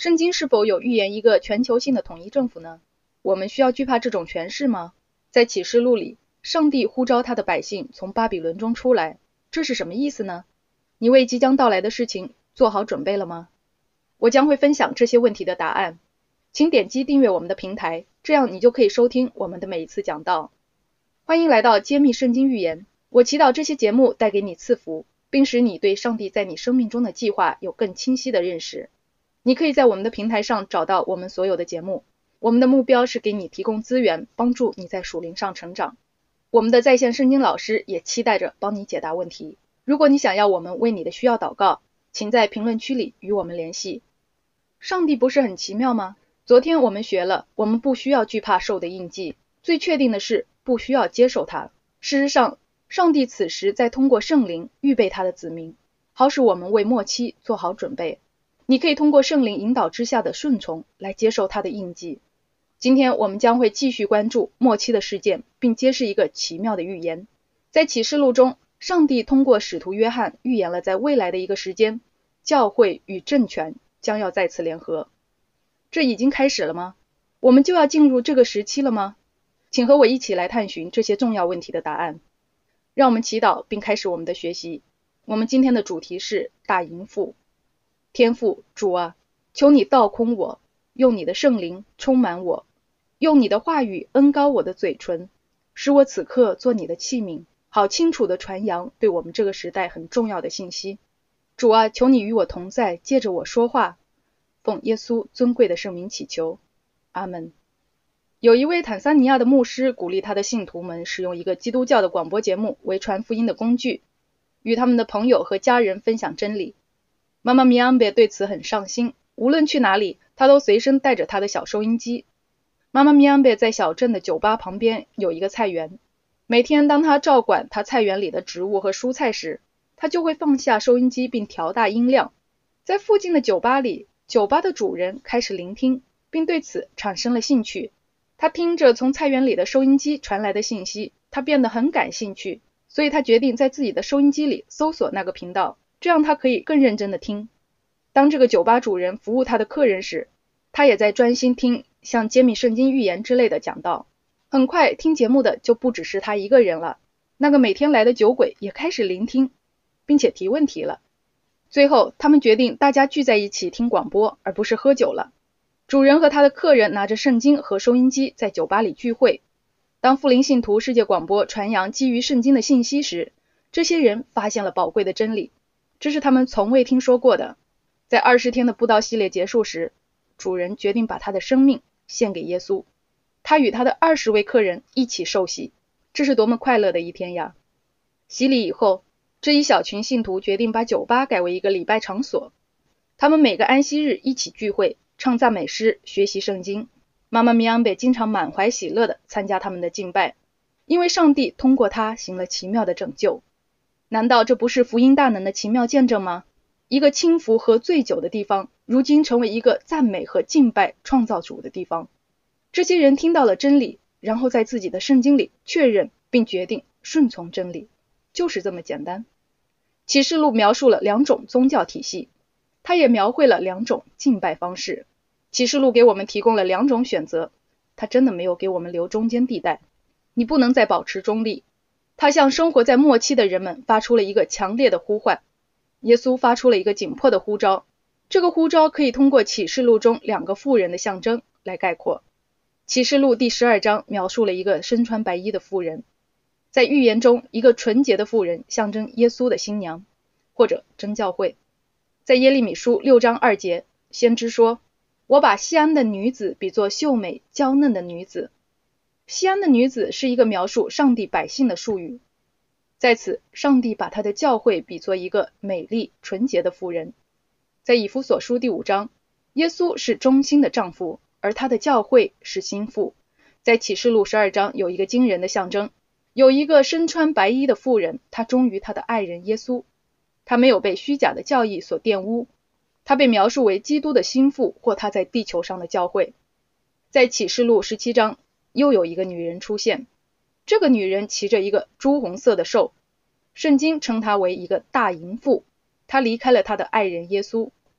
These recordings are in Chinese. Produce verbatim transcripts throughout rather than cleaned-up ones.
圣经是否有预言一个全球性的统一政府呢？我们需要惧怕这种权势吗？在启示录里，上帝呼召他的百姓从巴比伦中出来，这是什么意思呢？你为即将到来的事情做好准备了吗？我将会分享这些问题的答案。请点击订阅我们的平台，这样你就可以收听我们的每一次讲道。欢迎来到揭秘圣经预言，我祈祷这些节目带给你赐福，并使你对上帝在你生命中的计划有更清晰的认识。你可以在我们的平台上找到我们所有的节目，我们的目标是给你提供资源，帮助你在属灵上成长。我们的在线圣经老师也期待着帮你解答问题。如果你想要我们为你的需要祷告，请在评论区里与我们联系。上帝不是很奇妙吗？昨天我们学了，我们不需要惧怕兽的印记，最确定的是不需要接受它。事实上，上帝此时在通过圣灵预备他的子民，好使我们为末期做好准备。你可以通过圣灵引导之下的顺从来接受他的印记。今天我们将会继续关注末期的事件，并揭示一个奇妙的预言。在启示录中，上帝通过使徒约翰预言了在未来的一个时间，教会与政权将要再次联合。这已经开始了吗？我们就要进入这个时期了吗？请和我一起来探寻这些重要问题的答案。让我们祈祷并开始我们的学习。我们今天的主题是大淫妇。天父，主啊，求你倒空我，用你的圣灵充满我，用你的话语恩膏我的嘴唇，使我此刻做你的器皿，好清楚地传扬对我们这个时代很重要的信息。主啊，求你与我同在，借着我说话，奉耶稣尊贵的圣名祈求，阿们。有一位坦桑尼亚的牧师鼓励他的信徒们使用一个基督教的广播节目为传福音的工具，与他们的朋友和家人分享真理。妈妈米安贝对此很上心，无论去哪里，他都随身带着他的小收音机。妈妈米安贝在小镇的酒吧旁边有一个菜园，每天当他照管他菜园里的植物和蔬菜时，他就会放下收音机并调大音量。在附近的酒吧里，酒吧的主人开始聆听，并对此产生了兴趣。他听着从菜园里的收音机传来的信息，他变得很感兴趣，所以他决定在自己的收音机里搜索那个频道，这样他可以更认真地听。当这个酒吧主人服务他的客人时，他也在专心听像揭秘圣经预言之类的讲道。很快，听节目的就不只是他一个人了，那个每天来的酒鬼也开始聆听，并且提问题了。最后，他们决定大家聚在一起听广播，而不是喝酒了。主人和他的客人拿着圣经和收音机在酒吧里聚会。当复临信徒世界广播传扬基于圣经的信息时，这些人发现了宝贵的真理，这是他们从未听说过的。在二十天的布道系列结束时，主人决定把他的生命献给耶稣。他与他的二十位客人一起受洗，这是多么快乐的一天呀！洗礼以后，这一小群信徒决定把酒吧改为一个礼拜场所。他们每个安息日一起聚会，唱赞美诗，学习圣经。妈妈米安贝经常满怀喜乐地参加他们的敬拜，因为上帝通过他行了奇妙的拯救。难道这不是福音大能的奇妙见证吗？一个轻浮和醉酒的地方，如今成为一个赞美和敬拜创造主的地方。这些人听到了真理，然后在自己的圣经里确认并决定顺从真理，就是这么简单。启示录描述了两种宗教体系，它也描绘了两种敬拜方式。启示录给我们提供了两种选择，它真的没有给我们留中间地带。你不能再保持中立。它向生活在末期的人们发出了一个强烈的呼唤。耶稣发出了一个紧迫的呼召，这个呼召可以通过启示录中两个妇人的象征来概括。启示录第十二章描述了一个身穿白衣的妇人，在预言中，一个纯洁的妇人象征耶稣的新娘，或者真教会。在耶利米书六章二节，先知说，我把西安的女子比作秀美娇嫩的女子。西安的女子是一个描述上帝百姓的术语，在此上帝把他的教会比作一个美丽纯洁的妇人。在以弗所书第五章，耶稣是忠心的丈夫，而他的教会是心腹。在启示录十二章有一个惊人的象征，有一个身穿白衣的妇人，她忠于她的爱人耶稣，她没有被虚假的教义所玷污，她被描述为基督的心腹或她在地球上的教会。在启示录十七章又有一个女人出现，这个女人骑着一个朱红色的兽，圣经称她为一个大淫妇，她离开了她的爱人耶稣。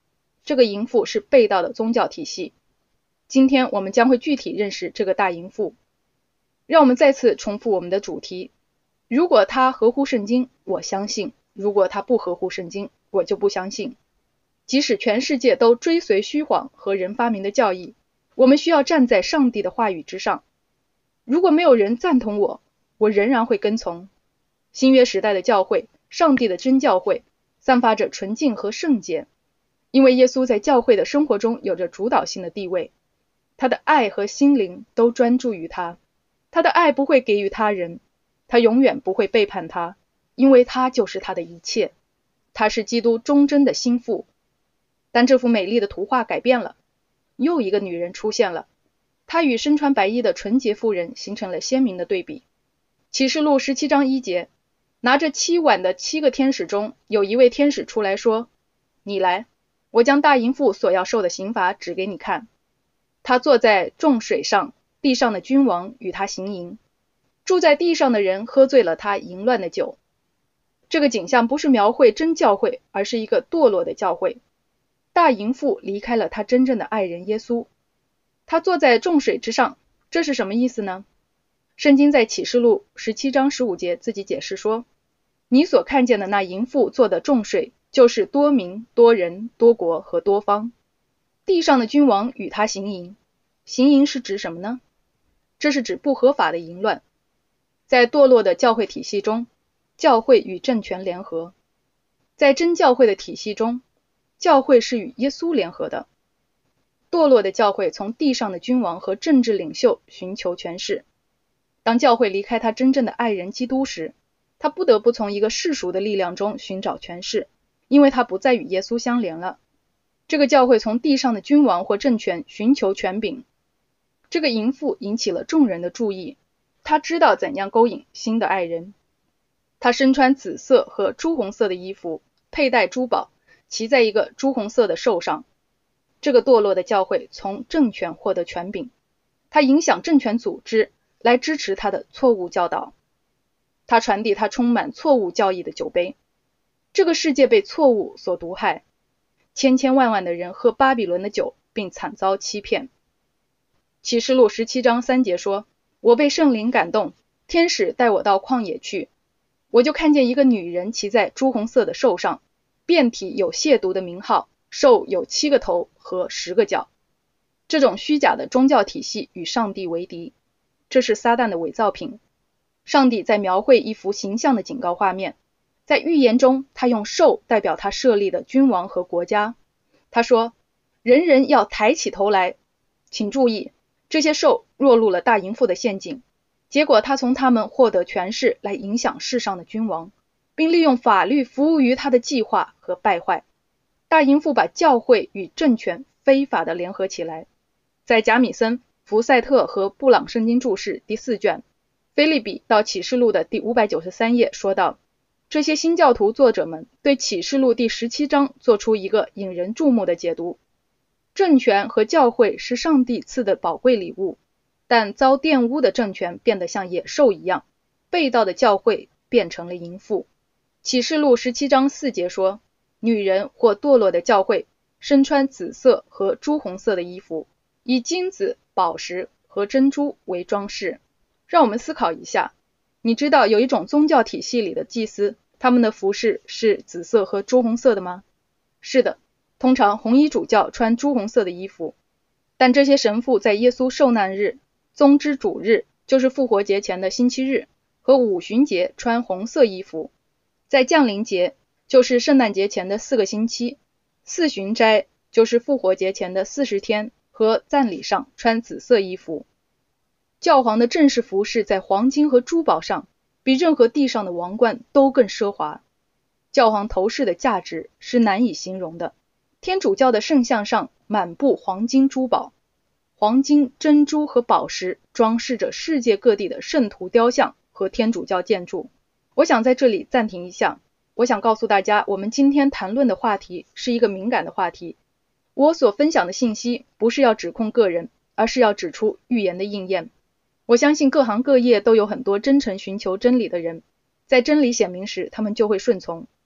这个淫妇是被盗的宗教体系。今天我们将会具体认识这个大淫妇。让我们再次重复我们的主题，如果它合乎圣经，我相信；如果它不合乎圣经，我就不相信。即使全世界都追随虚谎和人发明的教义，我们需要站在上帝的话语之上。如果没有人赞同我，我仍然会跟从。新约时代的教会，上帝的真教会，散发着纯净和圣洁，因为耶稣在教会的生活中有着主导性的地位，他的爱和心灵都专注于他，他的爱不会给予他人，他永远不会背叛他，因为他就是他的一切，他是基督忠贞的心腹。但这幅美丽的图画改变了，又一个女人出现了，她与身穿白衣的纯洁妇人形成了鲜明的对比。启示录十七章一节，拿着七碗的七个天使中，有一位天使出来说，你来，我将大淫妇所要受的刑罚指给你看。他坐在众水上，地上的君王与他行淫，住在地上的人喝醉了他淫乱的酒。这个景象不是描绘真教会，而是一个堕落的教会。大淫妇离开了他真正的爱人耶稣，他坐在众水之上，这是什么意思呢？圣经在启示录十七章十五节自己解释说，你所看见的那淫妇坐的众水，就是多民、多人、多国和多方。地上的君王与他行淫，行淫是指什么呢？这是指不合法的淫乱。在堕落的教会体系中，教会与政权联合；在真教会的体系中，教会是与耶稣联合的。堕落的教会从地上的君王和政治领袖寻求权势。当教会离开他真正的爱人基督时，他不得不从一个世俗的力量中寻找权势，因为他不再与耶稣相连了。这个教会从地上的君王或政权寻求权柄。这个淫妇引起了众人的注意，他知道怎样勾引新的爱人。他身穿紫色和朱红色的衣服，佩戴珠宝，骑在一个朱红色的兽上。这个堕落的教会从政权获得权柄，他影响政权组织来支持他的错误教导，他传递他充满错误教义的酒杯。这个世界被错误所毒害，千千万万的人喝巴比伦的酒，并惨遭欺骗。启示录十七章三节说，我被圣灵感动，天使带我到旷野去，我就看见一个女人骑在朱红色的兽上，遍体有亵渎的名号，兽有七个头和十个角。这种虚假的宗教体系与上帝为敌，这是撒旦的伪造品。上帝在描绘一幅形象的警告画面，在预言中，他用兽代表他设立的君王和国家。他说，人人要抬起头来。请注意，这些兽落入了大淫妇的陷阱，结果他从他们获得权势来影响世上的君王，并利用法律服务于他的计划和败坏。大淫妇把教会与政权非法的联合起来。在贾米森、福赛特和布朗圣经注释第四卷，腓立比到启示录的第五百九十三页说道，这些新教徒作者们对启示录第十七章做出一个引人注目的解读。政权和教会是上帝赐的宝贵礼物，但遭玷污的政权变得像野兽一样，被盗的教会变成了淫妇。启示录十七章四节说，女人或堕落的教会身穿紫色和朱红色的衣服，以金子、宝石和珍珠为装饰。让我们思考一下，你知道有一种宗教体系里的祭司，他们的服饰是紫色和朱红色的吗？是的，通常红衣主教穿朱红色的衣服，但这些神父在耶稣受难日、宗之主日，就是复活节前的星期日，和五旬节穿红色衣服。在降临节，就是圣诞节前的四个星期，四旬斋，就是复活节前的四十天，和赞礼上穿紫色衣服。教皇的正式服饰在黄金和珠宝上，比任何地上的王冠都更奢华。教皇头饰的价值是难以形容的。天主教的圣像上满布黄金珠宝，黄金、珍珠和宝石装饰着世界各地的圣徒雕像和天主教建筑。我想在这里暂停一下，我想告诉大家，我们今天谈论的话题是一个敏感的话题。我所分享的信息不是要指控个人，而是要指出预言的应验。我相信各行各业都有很多真诚寻求真理的人，在真理显明时，他们就会顺从。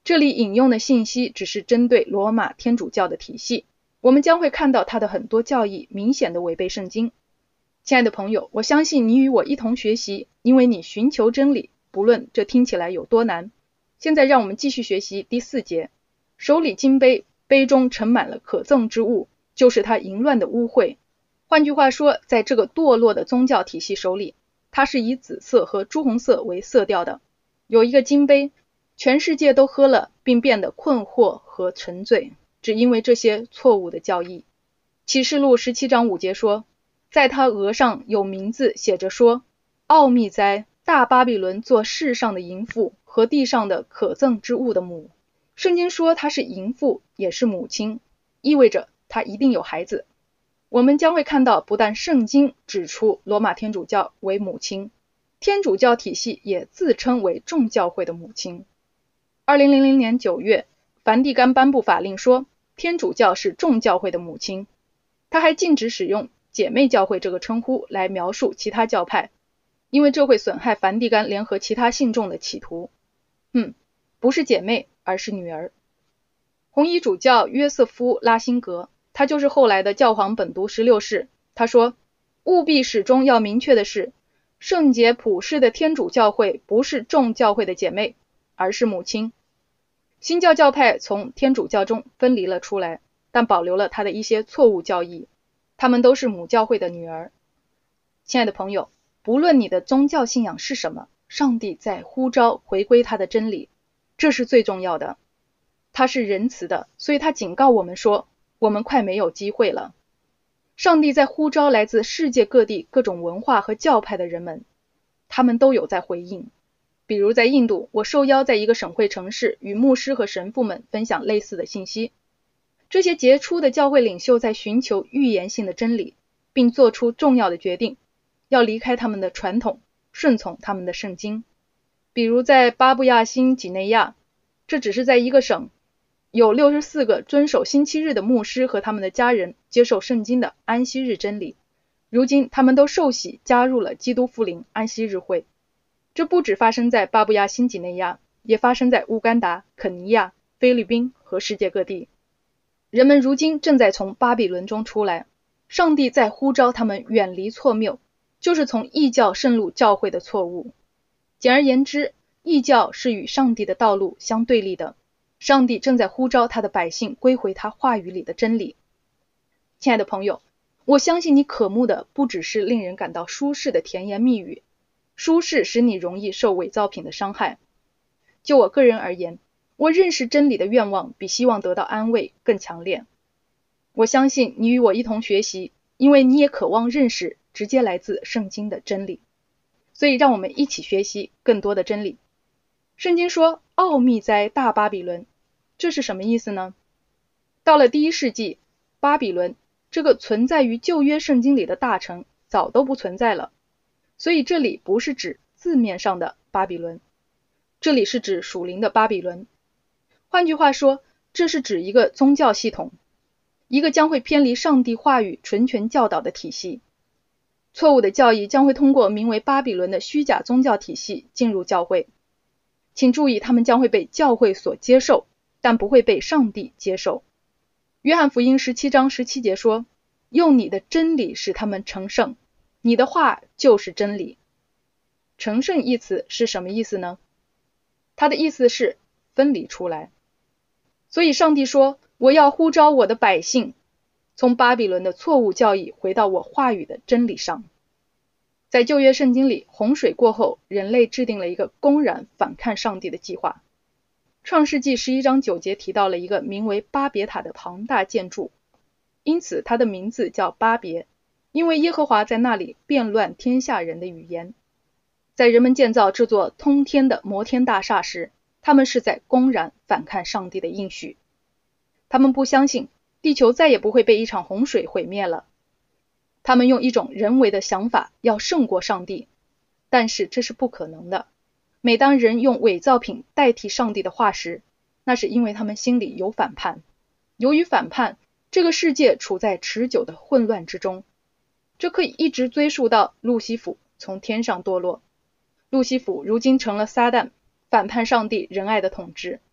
这里引用的信息只是针对罗马天主教的体系，我们将会看到它的很多教义明显的违背圣经。亲爱的朋友，我相信你与我一同学习，因为你寻求真理，不论这听起来有多难。现在让我们继续学习第四节，手里金杯，杯中盛满了可憎之物，就是他淫乱的污秽。换句话说，在这个堕落的宗教体系手里，它是以紫色和朱红色为色调的。有一个金杯，全世界都喝了，并变得困惑和沉醉，只因为这些错误的教义。启示录十七章五节说，在他额上有名字写着说，奥秘哉，大巴比伦做世上的淫妇和地上的可憎之物的母。圣经说她是淫妇，也是母亲，意味着她一定有孩子。我们将会看到，不但圣经指出罗马天主教为母亲，天主教体系也自称为众教会的母亲。二零零零年九月，梵蒂冈颁布法令说，天主教是众教会的母亲。他还禁止使用姐妹教会这个称呼来描述其他教派，因为这会损害梵蒂冈联合其他信众的企图。嗯，不是姐妹，而是女儿。红衣主教约瑟夫·拉辛格，他就是后来的教皇本笃十六世，他说，务必始终要明确的是，圣洁普世的天主教会不是众教会的姐妹，而是母亲。新教教派从天主教中分离了出来，但保留了他的一些错误教义，他们都是母教会的女儿。亲爱的朋友，不论你的宗教信仰是什么，上帝在呼召回归他的真理，这是最重要的。他是仁慈的，所以他警告我们说，我们快没有机会了。上帝在呼召来自世界各地各种文化和教派的人们，他们都有在回应。比如在印度，我受邀在一个省会城市与牧师和神父们分享类似的信息。这些杰出的教会领袖在寻求预言性的真理，并做出重要的决定，要离开他们的传统，顺从他们的圣经。比如在巴布亚新几内亚，这只是在一个省，有六十四个遵守星期日的牧师和他们的家人接受圣经的安息日真理，如今他们都受洗加入了基督复临安息日会。这不只发生在巴布亚新几内亚，也发生在乌干达、肯尼亚、菲律宾和世界各地。人们如今正在从巴比伦中出来，上帝在呼召他们远离错谬，就是从异教渗入教会的错误。简而言之，异教是与上帝的道路相对立的。上帝正在呼召他的百姓归回他话语里的真理。亲爱的朋友，我相信你渴慕的不只是令人感到舒适的甜言蜜语，舒适使你容易受伪造品的伤害。就我个人而言，我认识真理的愿望比希望得到安慰更强烈。我相信你与我一同学习，因为你也渴望认识直接来自圣经的真理。所以让我们一起学习更多的真理。圣经说，奥秘哉，大巴比伦，这是什么意思呢？到了第一世纪，巴比伦这个存在于旧约圣经里的大城早都不存在了，所以这里不是指字面上的巴比伦，这里是指属灵的巴比伦。换句话说，这是指一个宗教系统，一个将会偏离上帝话语纯全教导的体系。错误的教义将会通过名为巴比伦的虚假宗教体系进入教会。请注意，他们将会被教会所接受，但不会被上帝接受。约翰福音十七章十七节说，用你的真理使他们成圣，你的话就是真理。成圣一词是什么意思呢？它的意思是分离出来。所以上帝说，我要呼召我的百姓从巴比伦的错误教义回到我话语的真理上。在旧约圣经里，洪水过后，人类制定了一个公然反抗上帝的计划。创世纪十一章九节提到了一个名为巴别塔的庞大建筑，因此它的名字叫巴别，因为耶和华在那里变乱天下人的语言。在人们建造这座通天的摩天大厦时，他们是在公然反抗上帝的应许。他们不相信地球再也不会被一场洪水毁灭了。他们用一种人为的想法要胜过上帝，但是这是不可能的。每当人用伪造品代替上帝的话时，那是因为他们心里有反叛。由于反叛，这个世界处在持久的混乱之中。这可以一直追溯到路西弗从天上堕落。路西弗如今成了撒旦，反叛上帝仁爱的统治。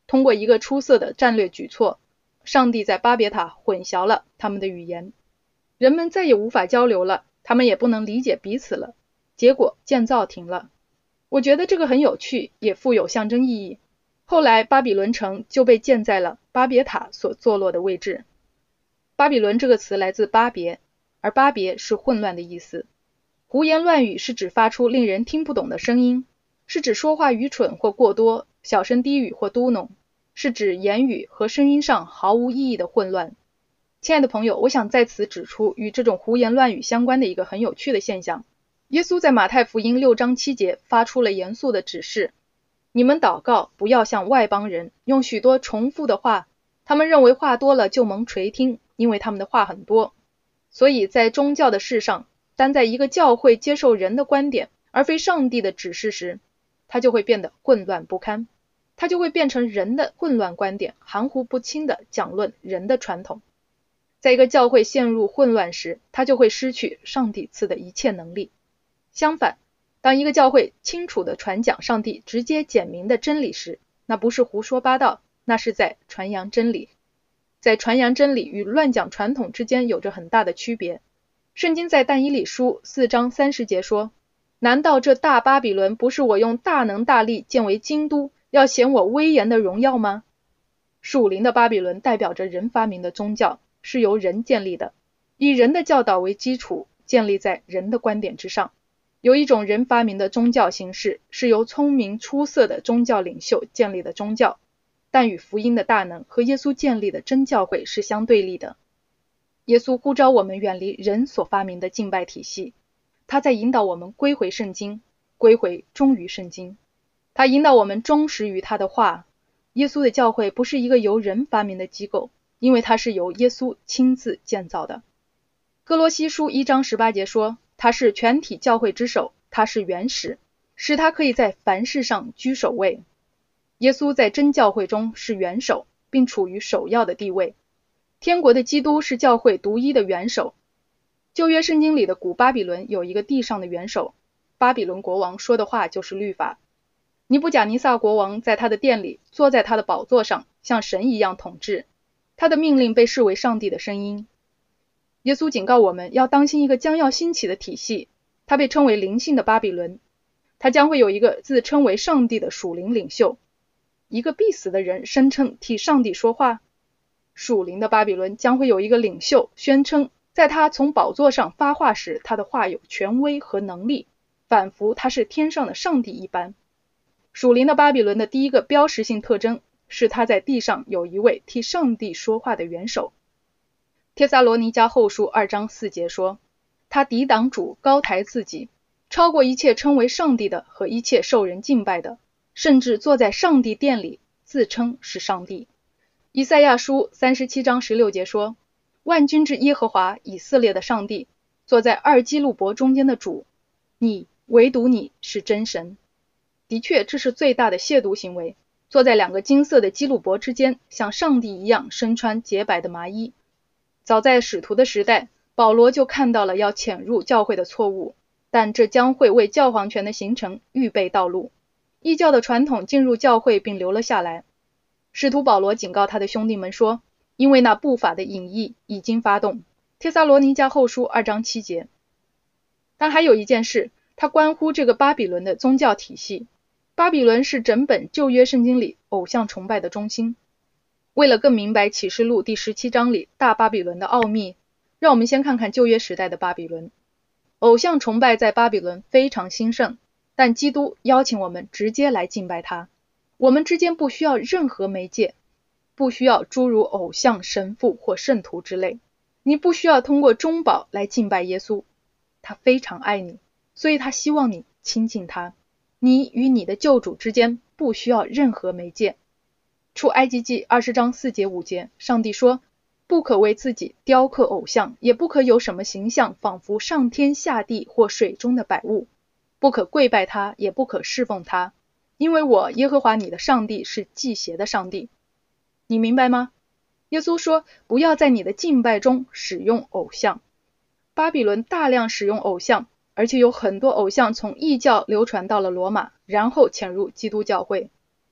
通过一个出色的战略举措，上帝在巴别塔混淆了他们的语言，人们再也无法交流了，他们也不能理解彼此了，结果建造停了。我觉得这个很有趣，也富有象征意义。后来巴比伦城就被建在了巴别塔所坐落的位置。巴比伦这个词来自巴别，而巴别是混乱的意思。胡言乱语是指发出令人听不懂的声音，是指说话愚蠢或过多，小声低语或嘟哝，是指言语和声音上毫无意义的混乱。亲爱的朋友，我想在此指出与这种胡言乱语相关的一个很有趣的现象。耶稣在马太福音六章七节发出了严肃的指示，你们祷告不要像外邦人，用许多重复的话，他们认为话多了就蒙垂听，因为他们的话很多。所以在宗教的事上，单在一个教会接受人的观点而非上帝的指示时，它就会变得混乱不堪，它就会变成人的混乱观点，含糊不清地讲论人的传统。在一个教会陷入混乱时，它就会失去上帝赐的一切能力。相反，当一个教会清楚地传讲上帝直接简明的真理时，那不是胡说八道，那是在传扬真理。在传扬真理与乱讲传统之间有着很大的区别。圣经在但以理书四章三十节说，难道这大巴比伦不是我用大能大力建为京都，要显我威严的荣耀吗？属灵的巴比伦代表着人发明的宗教，是由人建立的，以人的教导为基础，建立在人的观点之上。有一种人发明的宗教形式，是由聪明出色的宗教领袖建立的宗教，但与福音的大能和耶稣建立的真教会是相对立的。耶稣呼召我们远离人所发明的敬拜体系，他在引导我们归回圣经，归回忠于圣经。他引导我们忠实于他的话。耶稣的教会不是一个由人发明的机构，因为它是由耶稣亲自建造的。哥罗西书一章十八节说，他是全体教会之首，他是元始，使他可以在凡事上居首位。耶稣在真教会中是元首，并处于首要的地位。天国的基督是教会独一的元首。旧约圣经里的古巴比伦有一个地上的元首，巴比伦国王说的话就是律法。尼布甲尼撒国王在他的殿里坐在他的宝座上，像神一样统治，他的命令被视为上帝的声音。耶稣警告我们要当心一个将要兴起的体系，它被称为灵性的巴比伦。它将会有一个自称为上帝的属灵领袖，一个必死的人声称替上帝说话。属灵的巴比伦将会有一个领袖宣称，在他从宝座上发话时，他的话有权威和能力，仿佛他是天上的上帝一般。属灵的巴比伦的第一个标识性特征是他在地上有一位替上帝说话的元首。帖撒罗尼迦后书二章四节说，他抵挡主，高抬自己，超过一切称为上帝的和一切受人敬拜的，甚至坐在上帝殿里，自称是上帝。以赛亚书三十七章十六节说，万军之耶和华以色列的上帝，坐在二基路伯中间的主，你唯独你是真神。的确，这是最大的亵渎行为，坐在两个金色的基路伯之间，像上帝一样身穿洁白的麻衣。早在使徒的时代，保罗就看到了要潜入教会的错误，但这将会为教皇权的形成预备道路。异教的传统进入教会并留了下来。使徒保罗警告他的兄弟们说，因为那不法的隐意已经发动。帖撒罗尼迦后书二章七节。但还有一件事，它关乎这个巴比伦的宗教体系。巴比伦是整本旧约圣经里偶像崇拜的中心。为了更明白启示录第十七章里大巴比伦的奥秘，让我们先看看旧约时代的巴比伦。偶像崇拜在巴比伦非常兴盛，但基督邀请我们直接来敬拜他。我们之间不需要任何媒介，不需要诸如偶像、神父或圣徒之类。你不需要通过中保来敬拜耶稣，他非常爱你，所以他希望你亲近他。你与你的救主之间不需要任何媒介。出埃及记二十章四节五节，上帝说，不可为自己雕刻偶像，也不可有什么形象仿佛上天下地或水中的百物，不可跪拜他，也不可侍奉他，因为我耶和华你的上帝是忌邪的上帝。你明白吗？耶稣说，不要在你的敬拜中使用偶像。巴比伦大量使用偶像，而且有很多偶像从异教流传到了罗马，然后潜入基督教会。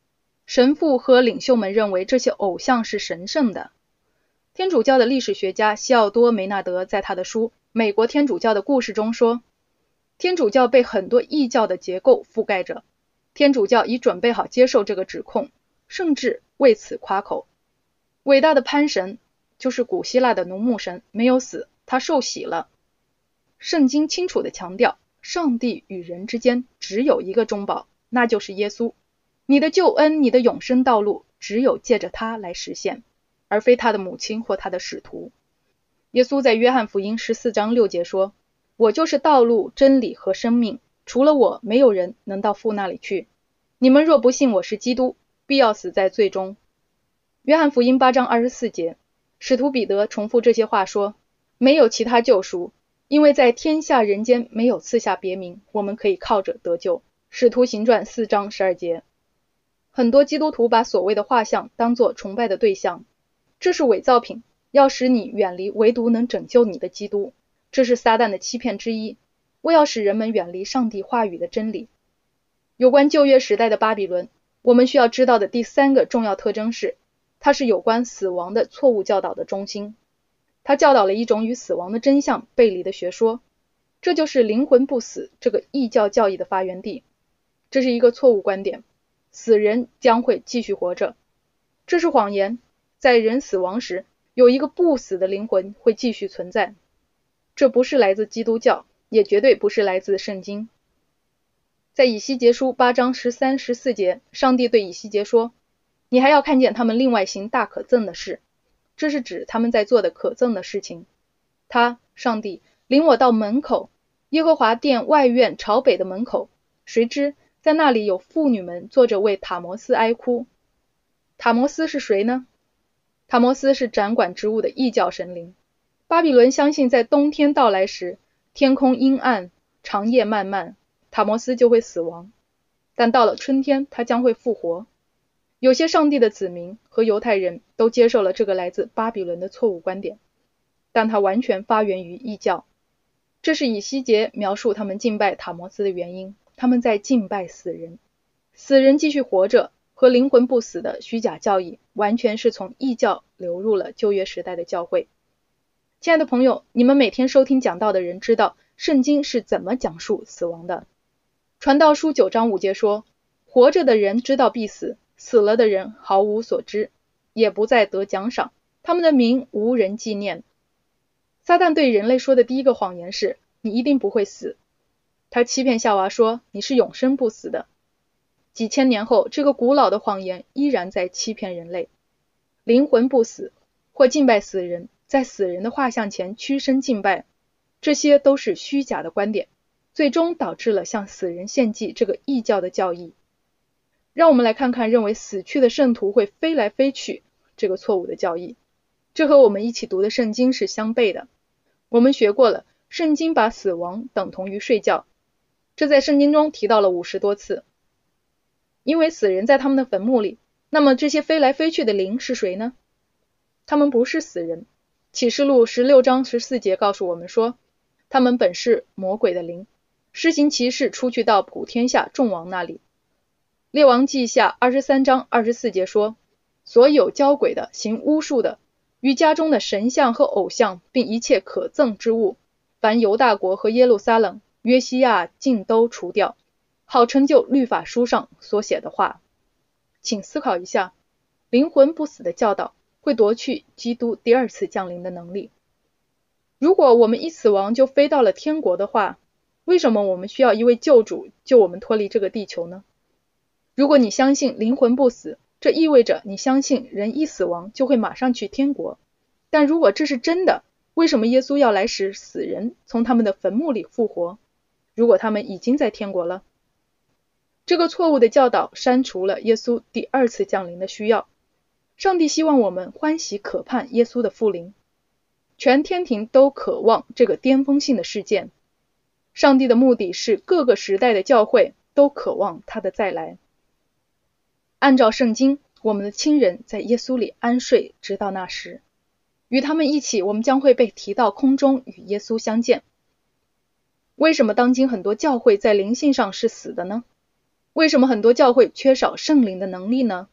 神父和领袖们认为这些偶像是神圣的。天主教的历史学家西奥多·梅纳德在他的书《美国天主教的故事》中说，天主教被很多异教的结构覆盖着，天主教已准备好接受这个指控，甚至为此夸口。伟大的潘神，就是古希腊的农牧神，没有死，他受洗了。圣经清楚地强调，上帝与人之间只有一个中保，那就是耶稣。你的救恩，你的永生道路，只有借着他来实现，而非他的母亲或他的使徒。耶稣在约翰福音十四章六节说，我就是道路、真理和生命，除了我，没有人能到父那里去。你们若不信我是基督，必要死在罪中。约翰福音八章二十四节，使徒彼得重复这些话说，没有其他救赎，因为在天下人间没有赐下别名，我们可以靠着得救。使徒行传四章十二节。很多基督徒把所谓的画像当作崇拜的对象，这是伪造品，要使你远离唯独能拯救你的基督。这是撒旦的欺骗之一，为要使人们远离上帝话语的真理。有关旧约时代的巴比伦，我们需要知道的第三个重要特征是，它是有关死亡的错误教导的中心。它教导了一种与死亡的真相背离的学说，这就是灵魂不死这个异教教义的发源地。这是一个错误观点，死人将会继续活着，这是谎言。在人死亡时，有一个不死的灵魂会继续存在。这不是来自基督教，也绝对不是来自圣经。在以西结书八章十三、十四节，上帝对以西结说，你还要看见他们另外行大可憎的事。这是指他们在做的可憎的事情。他，上帝，领我到门口，耶和华殿外院朝北的门口，谁知在那里有妇女们坐着为塔摩斯哀哭。塔摩斯是谁呢？塔摩斯是掌管植物的异教神灵。巴比伦相信在冬天到来时，天空阴暗，长夜漫漫，塔摩斯就会死亡。但到了春天，他将会复活。有些上帝的子民和犹太人都接受了这个来自巴比伦的错误观点，但它完全发源于异教。这是以西结描述他们敬拜塔摩斯的原因，他们在敬拜死人。死人继续活着和灵魂不死的虚假教义，完全是从异教流入了旧约时代的教会。亲爱的朋友，你们每天收听讲道的人知道圣经是怎么讲述死亡的。传道书九章五节说，活着的人知道必死，死了的人毫无所知，也不再得奖赏，他们的名无人纪念。撒旦对人类说的第一个谎言是，你一定不会死。他欺骗夏娃说，你是永生不死的。几千年后，这个古老的谎言依然在欺骗人类。灵魂不死，或敬拜死人，在死人的画像前屈身敬拜，这些都是虚假的观点，最终导致了向死人献祭这个异教的教义。让我们来看看认为死去的圣徒会飞来飞去这个错误的教义，这和我们一起读的圣经是相悖的。我们学过了，圣经把死亡等同于睡觉，这在圣经中提到了五十多次。因为死人在他们的坟墓里，那么这些飞来飞去的灵是谁呢？他们不是死人。启示录十六章十四节告诉我们说，他们本是魔鬼的灵，施行奇事出去到普天下众王那里。列王记下二十三章二十四节说，所有交鬼的、行巫术的，与家中的神像和偶像，并一切可憎之物，凡犹大国和耶路撒冷、约西亚尽都除掉，好成就律法书上所写的话。请思考一下，灵魂不死的教导会夺去基督第二次降临的能力。如果我们一死亡就飞到了天国的话，为什么我们需要一位救主救我们脱离这个地球呢？如果你相信灵魂不死，这意味着你相信人一死亡就会马上去天国。但如果这是真的，为什么耶稣要来使死人从他们的坟墓里复活，如果他们已经在天国了？这个错误的教导删除了耶稣第二次降临的需要。上帝希望我们欢喜渴盼耶稣的复临，全天庭都渴望这个巅峰性的事件。上帝的目的是各个时代的教会都渴望他的再来。按照圣经，我们的亲人在耶稣里安睡，直到那时，与他们一起，我们将会被提到空中与耶稣相见。为什么当今很多教会在灵性上是死的呢？为什么很多教会缺少圣灵的能力呢？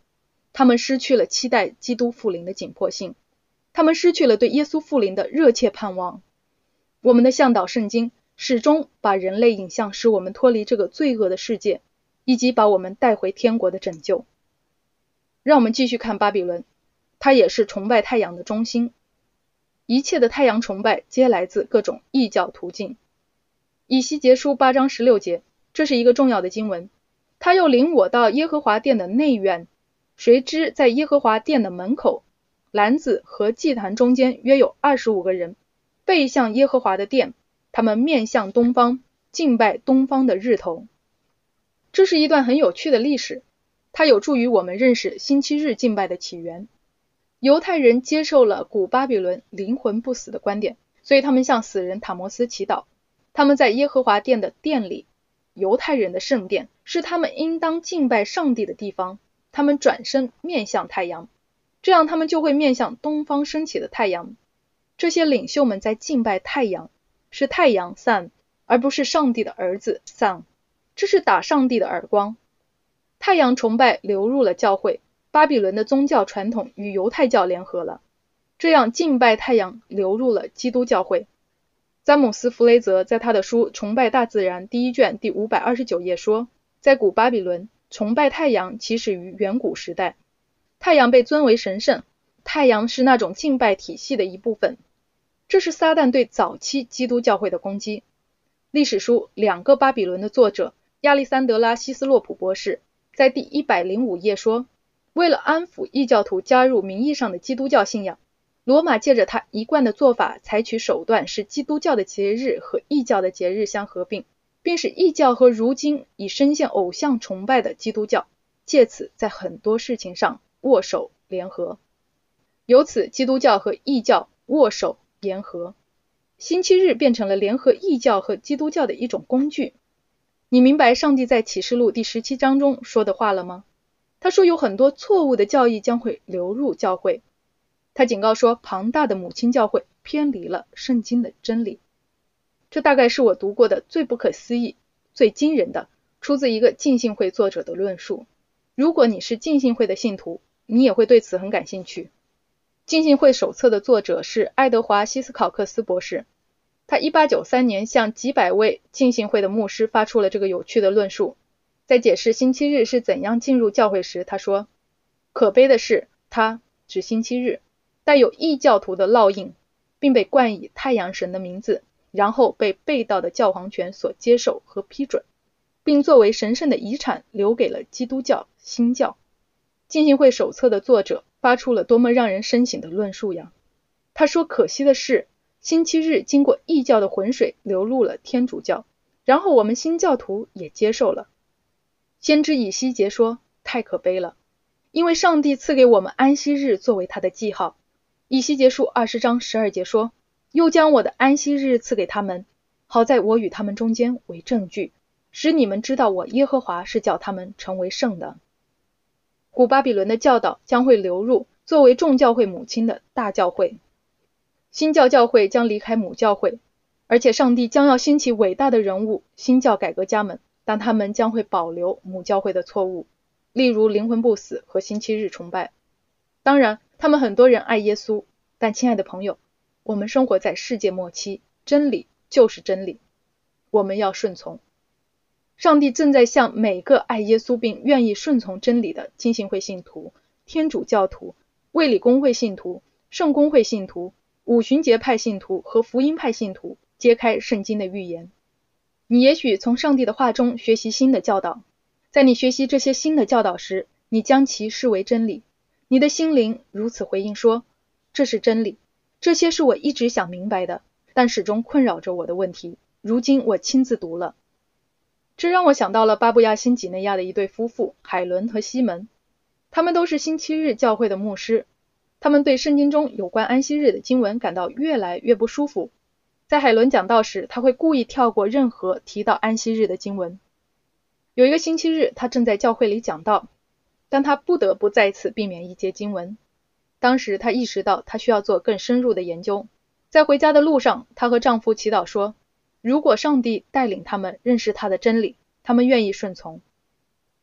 他们失去了期待基督复临的紧迫性，他们失去了对耶稣复临的热切盼望。我们的向导圣经始终把人类引向使我们脱离这个罪恶的世界，以及把我们带回天国的拯救。让我们继续看巴比伦，它也是崇拜太阳的中心。一切的太阳崇拜皆来自各种异教途径。以西结书八章十六节，这是一个重要的经文。他又领我到耶和华殿的内院，谁知在耶和华殿的门口，篮子和祭坛中间约有二十五个人，背向耶和华的殿，他们面向东方，敬拜东方的日头。这是一段很有趣的历史，它有助于我们认识星期日敬拜的起源。犹太人接受了古巴比伦灵魂不死的观点，所以他们向死人塔摩斯祈祷。他们在耶和华殿的殿里，犹太人的圣殿是他们应当敬拜上帝的地方。他们转身面向太阳，这样他们就会面向东方升起的太阳。这些领袖们在敬拜太阳，是太阳 Sun， 而不是上帝的儿子 Son。 这是打上帝的耳光。太阳崇拜流入了教会，巴比伦的宗教传统与犹太教联合了，这样敬拜太阳流入了基督教会。詹姆斯·弗雷泽在他的书《崇拜大自然》第一卷第五百二十九页说，在古巴比伦，崇拜太阳起始于远古时代，太阳被尊为神圣，太阳是那种敬拜体系的一部分。这是撒旦对早期基督教会的攻击。历史书《两个巴比伦》的作者亚历山德拉·希斯洛普博士在第一百零五页说，为了安抚异教徒加入名义上的基督教信仰，罗马借着他一贯的做法，采取手段使基督教的节日和异教的节日相合并，并使异教和如今已深陷偶像崇拜的基督教借此在很多事情上握手联合。由此基督教和异教握手言和，星期日变成了联合异教和基督教的一种工具。你明白上帝在启示录第十七章中说的话了吗？他说有很多错误的教义将会流入教会。他警告说，庞大的母亲教会偏离了圣经的真理。这大概是我读过的最不可思议、最惊人的，出自一个浸信会作者的论述。如果你是浸信会的信徒，你也会对此很感兴趣。浸信会手册的作者是爱德华·希斯考克斯博士，他一八九三年向几百位浸信会的牧师发出了这个有趣的论述。在解释星期日是怎样进入教会时，他说，可悲的是，它指星期日带有异教徒的烙印，并被冠以太阳神的名字，然后被被盗的教皇权所接受和批准，并作为神圣的遗产留给了基督教新教。浸信会手册的作者发出了多么让人深省的论述呀！他说，可惜的是，星期日经过异教的浑水流入了天主教，然后我们新教徒也接受了。先知以西结说，太可悲了，因为上帝赐给我们安息日作为他的记号。以西结书二十章十二节说，又将我的安息日赐给他们，好在我与他们中间为证据，使你们知道我耶和华是叫他们成为圣的。古巴比伦的教导将会流入作为众教会母亲的大教会，新教教会将离开母教会，而且上帝将要兴起伟大的人物新教改革家们，但他们将会保留母教会的错误，例如灵魂不死和星期日崇拜。当然他们很多人爱耶稣，但亲爱的朋友，我们生活在世界末期，真理就是真理，我们要顺从。上帝正在向每个爱耶稣并愿意顺从真理的浸信会信徒、天主教徒、卫理公会信徒、圣公会信徒、五旬节派信徒和福音派信徒揭开圣经的预言。你也许从上帝的话中学习新的教导，在你学习这些新的教导时，你将其视为真理。你的心灵如此回应说，这是真理，这些是我一直想明白的，但始终困扰着我的问题，如今我亲自读了。这让我想到了巴布亚新几内亚的一对夫妇，海伦和西门。他们都是星期日教会的牧师，他们对圣经中有关安息日的经文感到越来越不舒服。在海伦讲道时，他会故意跳过任何提到安息日的经文。有一个星期日，他正在教会里讲道，但他不得不再次避免一节经文。当时他意识到他需要做更深入的研究。在回家的路上，她和丈夫祈祷说，如果上帝带领他们认识他的真理，他们愿意顺从。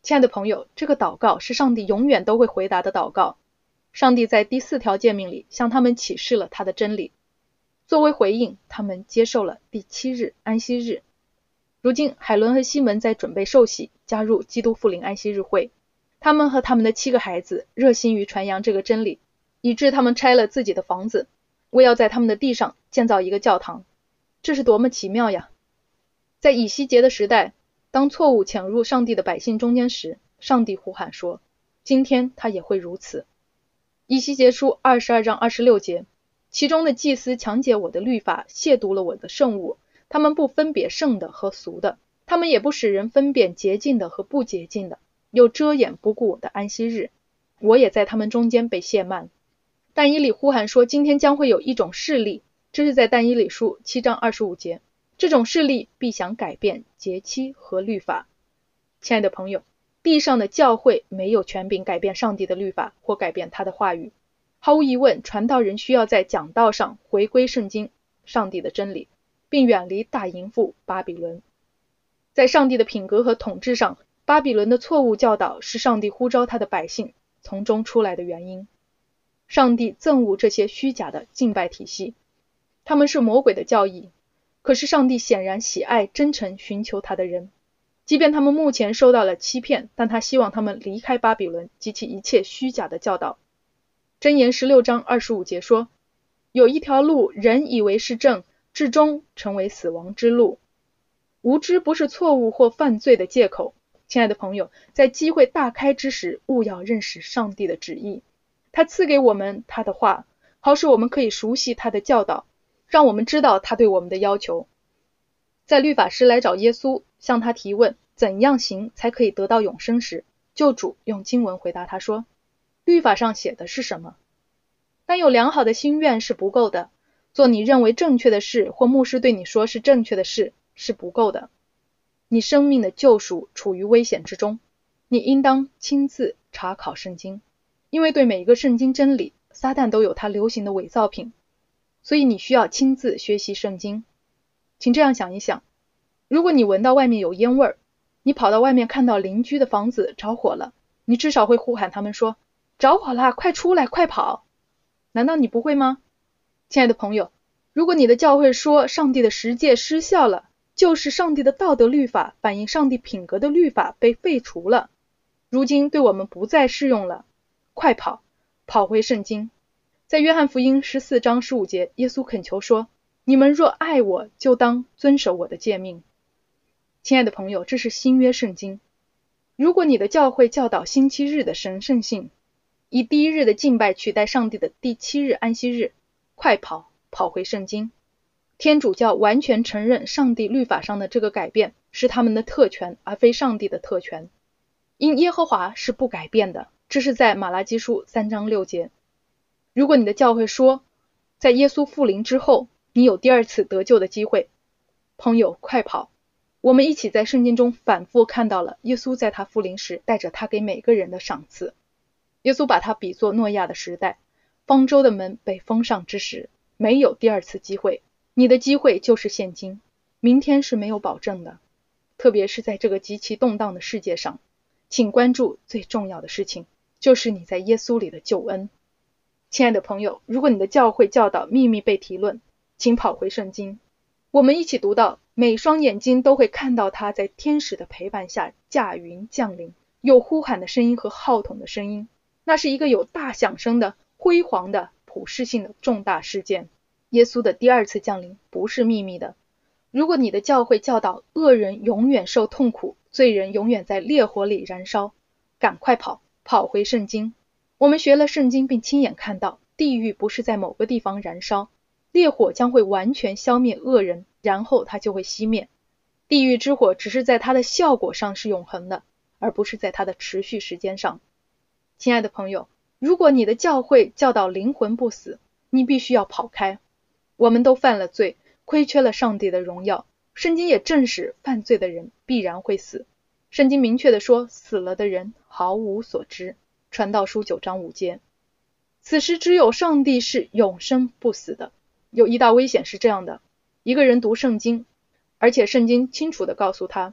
亲爱的朋友，这个祷告是上帝永远都会回答的祷告。上帝在第四条诫命里向他们启示了他的真理。作为回应，他们接受了第七日安息日。如今海伦和西门在准备受洗，加入基督复临安息日会。他们和他们的七个孩子热心于传扬这个真理，以致他们拆了自己的房子，为要在他们的地上建造一个教堂。这是多么奇妙呀！在以西结的时代，当错误潜入上帝的百姓中间时，上帝呼喊说，今天他也会如此。以西结书二十二章二十六节，其中的祭司强解我的律法，亵渎了我的圣物，他们不分别圣的和俗的，他们也不使人分辨洁净的和不洁净的，又遮掩不顾我的安息日，我也在他们中间被亵慢。但以理呼喊说，今天将会有一种势力，这是在但以理书七章二十五节，这种势力必想改变节期和律法。亲爱的朋友，地上的教会没有权柄改变上帝的律法或改变他的话语。毫无疑问，传道人需要在讲道上回归圣经上帝的真理，并远离大淫妇巴比伦。在上帝的品格和统治上，巴比伦的错误教导是上帝呼召他的百姓从中出来的原因。上帝憎恶这些虚假的敬拜体系，他们是魔鬼的教义。可是上帝显然喜爱真诚寻求他的人，即便他们目前受到了欺骗，但他希望他们离开巴比伦及其一切虚假的教导。箴言十六章二十五节说，有一条路人以为是正，至终成为死亡之路。无知不是错误或犯罪的借口。亲爱的朋友，在机会大开之时，务要认识上帝的旨意。他赐给我们他的话，好使我们可以熟悉他的教导，让我们知道他对我们的要求。在律法师来找耶稣，向他提问怎样行才可以得到永生时，救主用经文回答他说，律法上写的是什么？但有良好的心愿是不够的，做你认为正确的事，或牧师对你说是正确的事，是不够的。你生命的救赎处于危险之中，你应当亲自查考圣经，因为对每一个圣经真理，撒旦都有他流行的伪造品，所以你需要亲自学习圣经。请这样想一想，如果你闻到外面有烟味儿，你跑到外面看到邻居的房子着火了，你至少会呼喊他们说，着火了，快出来，快跑。难道你不会吗？亲爱的朋友，如果你的教会说上帝的十诫失效了，就是上帝的道德律法，反映上帝品格的律法被废除了，如今对我们不再适用了，快跑，跑回圣经。在约翰福音十四章十五节，耶稣恳求说，你们若爱我，就当遵守我的诫命。亲爱的朋友，这是新约圣经。如果你的教会教导星期日的神圣性，以第一日的敬拜取代上帝的第七日安息日，快跑，跑回圣经。天主教完全承认上帝律法上的这个改变是他们的特权，而非上帝的特权。因耶和华是不改变的，这是在马拉基书三章六节。如果你的教会说，在耶稣复临之后，你有第二次得救的机会，朋友，快跑！我们一起在圣经中反复看到了耶稣在他复临时带着他给每个人的赏赐。耶稣把他比作诺亚的时代，方舟的门被封上之时，没有第二次机会。你的机会就是现今，明天是没有保证的，特别是在这个极其动荡的世界上。请关注最重要的事情，就是你在耶稣里的救恩。亲爱的朋友，如果你的教会教导秘密被提论，请跑回圣经。我们一起读到，每双眼睛都会看到他在天使的陪伴下驾云降临，有呼喊的声音和号筒的声音，那是一个有大响声的辉煌的普世性的重大事件。耶稣的第二次降临不是秘密的。如果你的教会教导恶人永远受痛苦，罪人永远在烈火里燃烧，赶快跑，跑回圣经。我们学了圣经并亲眼看到，地狱不是在某个地方燃烧，烈火将会完全消灭恶人，然后它就会熄灭。地狱之火只是在它的效果上是永恒的，而不是在它的持续时间上。亲爱的朋友，如果你的教会教导灵魂不死，你必须要跑开。我们都犯了罪，亏缺了上帝的荣耀。圣经也证实犯罪的人必然会死。圣经明确地说，死了的人毫无所知。传道书九章五节。此时只有上帝是永生不死的。有一大危险是这样的，一个人读圣经，而且圣经清楚地告诉他，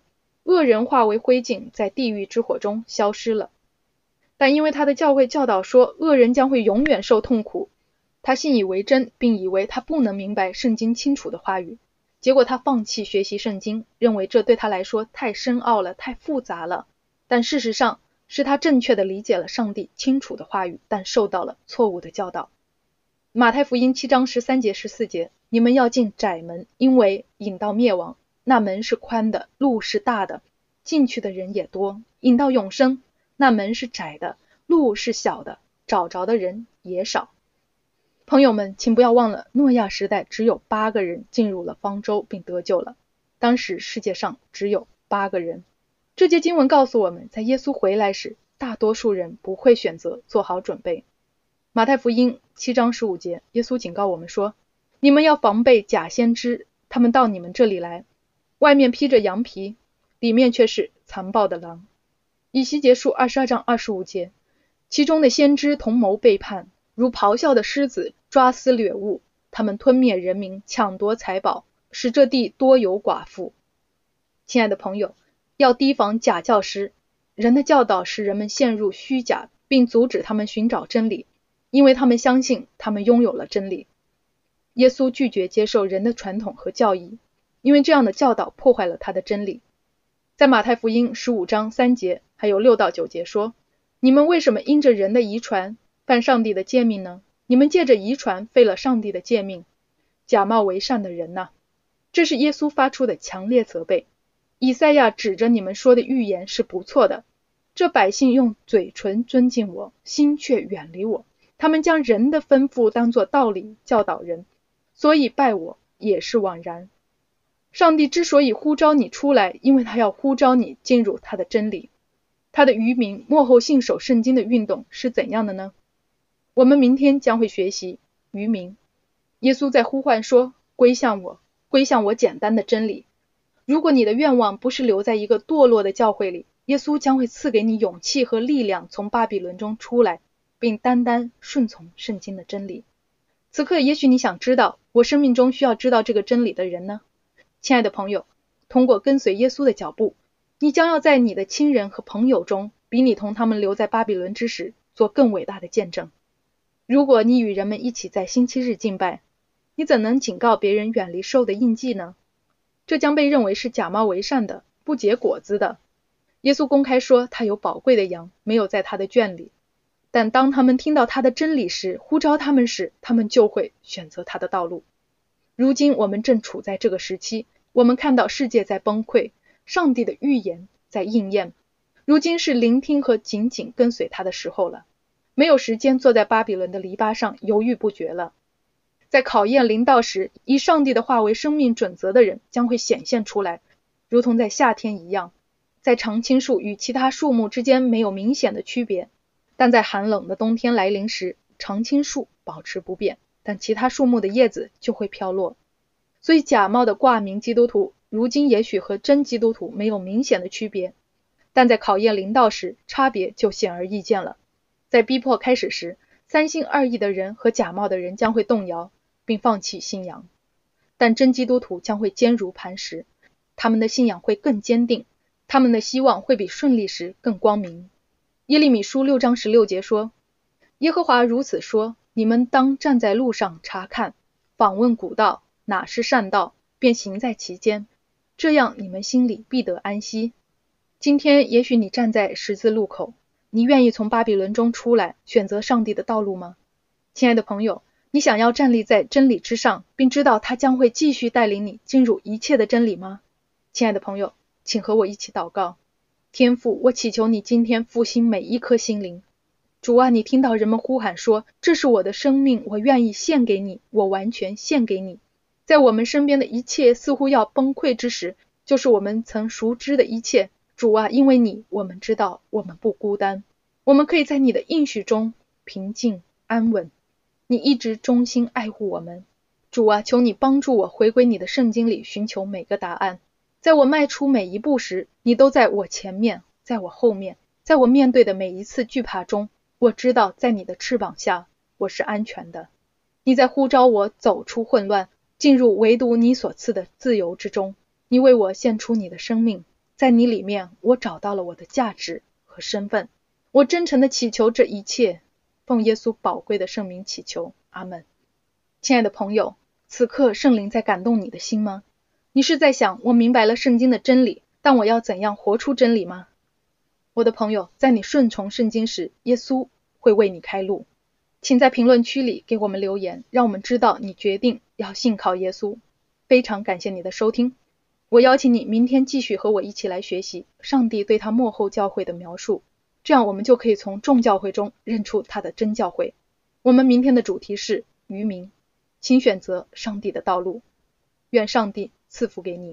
恶人化为灰烬，在地狱之火中消失了。但因为他的教会教导说恶人将会永远受痛苦，他信以为真，并以为他不能明白圣经清楚的话语，结果他放弃学习圣经，认为这对他来说太深奥了，太复杂了。但事实上是他正确地理解了上帝清楚的话语，但受到了错误的教导。马太福音七章十三节十四节，你们要进窄门，因为引到灭亡，那门是宽的，路是大的，进去的人也多；引到永生，那门是窄的，路是小的，找着的人也少。朋友们，请不要忘了，诺亚时代只有八个人进入了方舟并得救了。当时世界上只有八个人。这节经文告诉我们，在耶稣回来时，大多数人不会选择做好准备。马太福音七章十五节，耶稣警告我们说，你们要防备假先知，他们到你们这里来，外面披着羊皮，里面却是残暴的狼。以西结书二十二章二十五节，其中的先知同谋背叛，如咆哮的狮子，抓撕掠物，他们吞灭人民，抢夺财宝，使这地多有寡妇。亲爱的朋友，要提防假教师，人的教导使人们陷入虚假，并阻止他们寻找真理，因为他们相信他们拥有了真理。耶稣拒绝接受人的传统和教义，因为这样的教导破坏了他的真理。在马太福音十五章三节还有六到九节说，你们为什么因着人的遗传犯上帝的诫命呢？你们借着遗传废了上帝的诫命，假冒为善的人呐、啊！这是耶稣发出的强烈责备。以赛亚指着你们说的预言是不错的，这百姓用嘴唇尊敬我，心却远离我，他们将人的吩咐当作道理教导人，所以拜我也是枉然。上帝之所以呼召你出来，因为他要呼召你进入他的真理。他的渔民末后信守圣经的运动是怎样的呢？我们明天将会学习渔民。耶稣在呼唤说，归向我，归向我简单的真理。如果你的愿望不是留在一个堕落的教会里，耶稣将会赐给你勇气和力量，从巴比伦中出来，并单单顺从圣经的真理。此刻也许你想知道，我生命中需要知道这个真理的人呢？亲爱的朋友，通过跟随耶稣的脚步，你将要在你的亲人和朋友中，比你同他们留在巴比伦之时做更伟大的见证。如果你与人们一起在星期日敬拜，你怎能警告别人远离兽的印记呢？这将被认为是假冒为善的，不结果子的。耶稣公开说他有宝贵的羊，没有在他的圈里，但当他们听到他的真理时，呼召他们时，他们就会选择他的道路。如今我们正处在这个时期，我们看到世界在崩溃，上帝的预言在应验。如今是聆听和紧紧跟随他的时候了，没有时间坐在巴比伦的篱笆上犹豫不决了。在考验临到时，以上帝的话为生命准则的人将会显现出来，如同在夏天一样。在常青树与其他树木之间没有明显的区别，但在寒冷的冬天来临时，常青树保持不变，但其他树木的叶子就会飘落。所以假冒的挂名基督徒如今也许和真基督徒没有明显的区别，但在考验临到时，差别就显而易见了。在逼迫开始时，三心二意的人和假冒的人将会动摇并放弃信仰，但真基督徒将会坚如磐石，他们的信仰会更坚定，他们的希望会比顺利时更光明。耶利米书六章十六节说，耶和华如此说，你们当站在路上查看，访问古道，哪是善道，便行在其间，这样你们心里必得安息。今天也许你站在十字路口，你愿意从巴比伦中出来，选择上帝的道路吗？亲爱的朋友，你想要站立在真理之上，并知道他将会继续带领你进入一切的真理吗？亲爱的朋友，请和我一起祷告。天父，我祈求你今天复兴每一颗心灵。主啊，你听到人们呼喊说，这是我的生命，我愿意献给你，我完全献给你。在我们身边的一切似乎要崩溃之时，就是我们曾熟知的一切。主啊，因为你，我们知道我们不孤单，我们可以在你的应许中平静安稳。你一直忠心爱护我们。主啊，求你帮助我回归你的圣经里寻求每个答案。在我迈出每一步时，你都在我前面，在我后面，在我面对的每一次惧怕中，我知道在你的翅膀下我是安全的。你在呼召我走出混乱，进入唯独你所赐的自由之中。你为我献出你的生命， 在你里面我找到了我的价值和身份。我真诚地祈求这一切，奉耶稣宝贵的圣名祈求，阿们。亲爱的朋友，此刻圣灵在感动你的心吗？你是在想，我明白了圣经的真理，但我要怎样活出真理吗？我的朋友，在你顺从圣经时，耶稣会为你开路。请在评论区里给我们留言，让我们知道你决定要信靠耶稣。非常感谢你的收听，我邀请你明天继续和我一起来学习上帝对他末后教会的描述，这样我们就可以从众教会中认出他的真教会。我们明天的主题是渔民，请选择上帝的道路。愿上帝赐福给你。